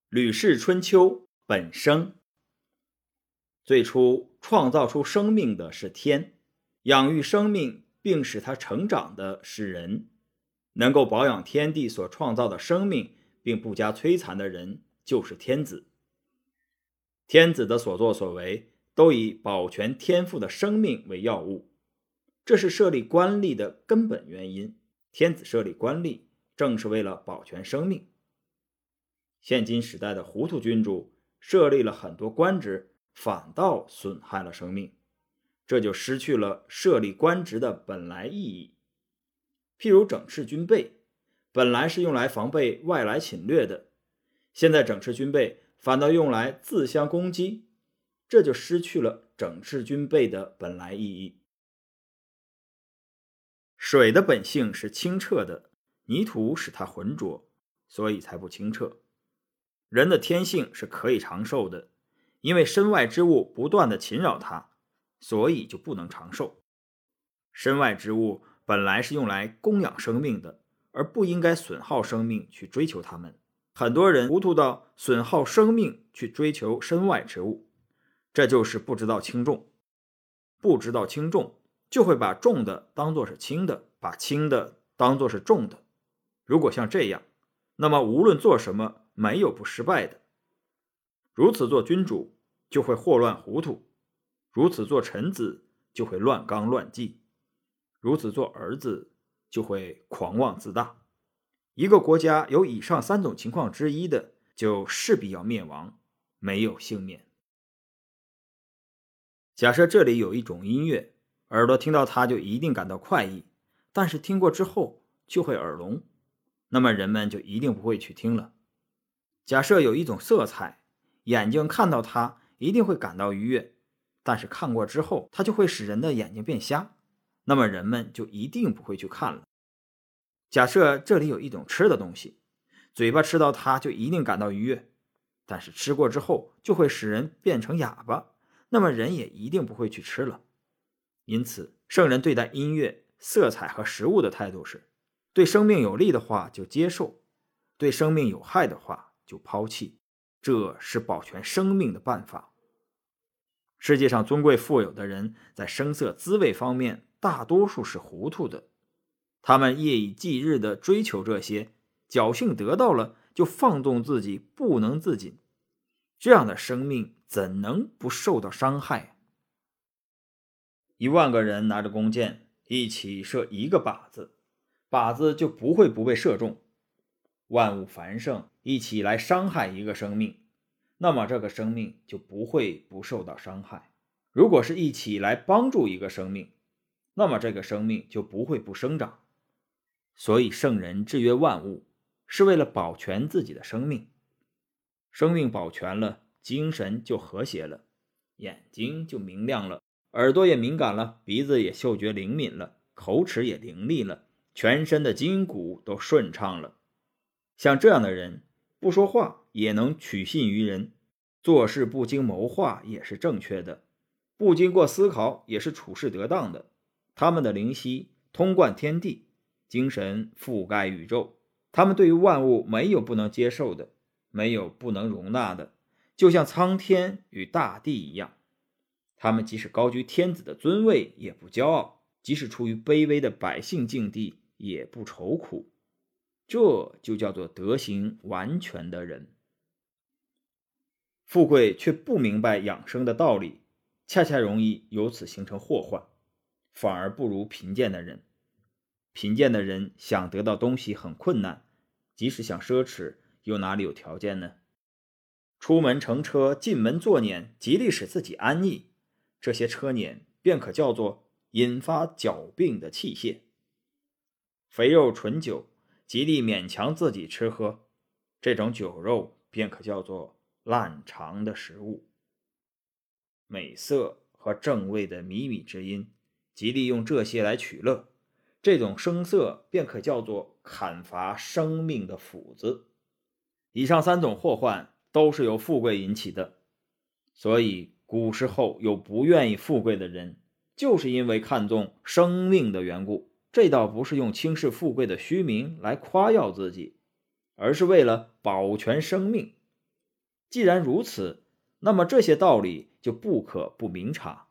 吕氏春秋本生。最初创造出生命的是天，养育生命并使它成长的是人。能够保养天地所创造的生命并不加摧残的人就是天子。天子的所作所为都以保全天父的生命为要务，这是设立官吏的根本原因。天子设立官吏正是为了保全生命。现今时代的糊涂君主设立了很多官职，反倒损害了生命，这就失去了设立官职的本来意义。譬如整饬军备，本来是用来防备外来侵略的，现在整饬军备反倒用来自相攻击，这就失去了整饬军备的本来意义。水的本性是清澈的，泥土使它浑浊，所以才不清澈。人的天性是可以长寿的，因为身外之物不断地侵扰它，所以就不能长寿。身外之物本来是用来供养生命的，而不应该损耗生命去追求它们。很多人糊涂到损耗生命去追求身外之物，这就是不知道轻重。不知道轻重，就会把重的当作是轻的，把轻的当作是重的。如果像这样，那么无论做什么，没有不失败的。如此做君主，就会祸乱糊涂；如此做臣子，就会乱纲乱纪；如此做儿子，就会狂妄自大。一个国家有以上三种情况之一的，就势必要灭亡，没有幸免。假设这里有一种音乐，耳朵听到它就一定感到快意，但是听过之后就会耳聋，那么人们就一定不会去听了。假设有一种色彩，眼睛看到它一定会感到愉悦，但是看过之后它就会使人的眼睛变瞎，那么人们就一定不会去看了。假设这里有一种吃的东西，嘴巴吃到它就一定感到愉悦，但是吃过之后就会使人变成哑巴，那么人也一定不会去吃了。因此，圣人对待音乐、色彩和食物的态度是：对生命有利的话就接受，对生命有害的话就抛弃，这是保全生命的办法。世界上尊贵富有的人在声色滋味方面大多数是糊涂的，他们夜以继日地追求这些，侥幸得到了就放纵自己不能自禁，这样的生命怎能不受到伤害？10000个人拿着弓箭一起射一个靶子，靶子就不会不被射中。万物繁盛，一起来伤害一个生命，那么这个生命就不会不受到伤害。如果是一起来帮助一个生命，那么这个生命就不会不生长。所以圣人制约万物，是为了保全自己的生命。生命保全了，精神就和谐了，眼睛就明亮了，耳朵也敏感了，鼻子也嗅觉灵敏了，口齿也伶俐了，全身的筋骨都顺畅了。像这样的人，不说话也能取信于人，做事不经谋划也是正确的，不经过思考也是处事得当的。他们的灵犀通贯天地，精神覆盖宇宙，他们对于万物没有不能接受的，没有不能容纳的，就像苍天与大地一样。他们即使高居天子的尊位也不骄傲，即使处于卑微的百姓境地也不愁苦，这就叫做德行完全的人。富贵却不明白养生的道理，恰恰容易由此形成祸患，反而不如贫贱的人。贫贱的人想得到东西很困难，即使想奢侈，又哪里有条件呢？出门乘车，进门坐辇，极力使自己安逸，这些车辇便可叫做引发脚病的器械。肥肉醇酒，极力勉强自己吃喝，这种酒肉便可叫做烂肠的食物。美色和正味的靡靡之音，极力用这些来取乐，这种声色便可叫做砍伐生命的斧子。以上3种祸患都是由富贵引起的，所以古时候有不愿意富贵的人，就是因为看重生命的缘故。这倒不是用轻视富贵的虚名来夸耀自己，而是为了保全生命。 既然如此，那么这些道理就不可不明察。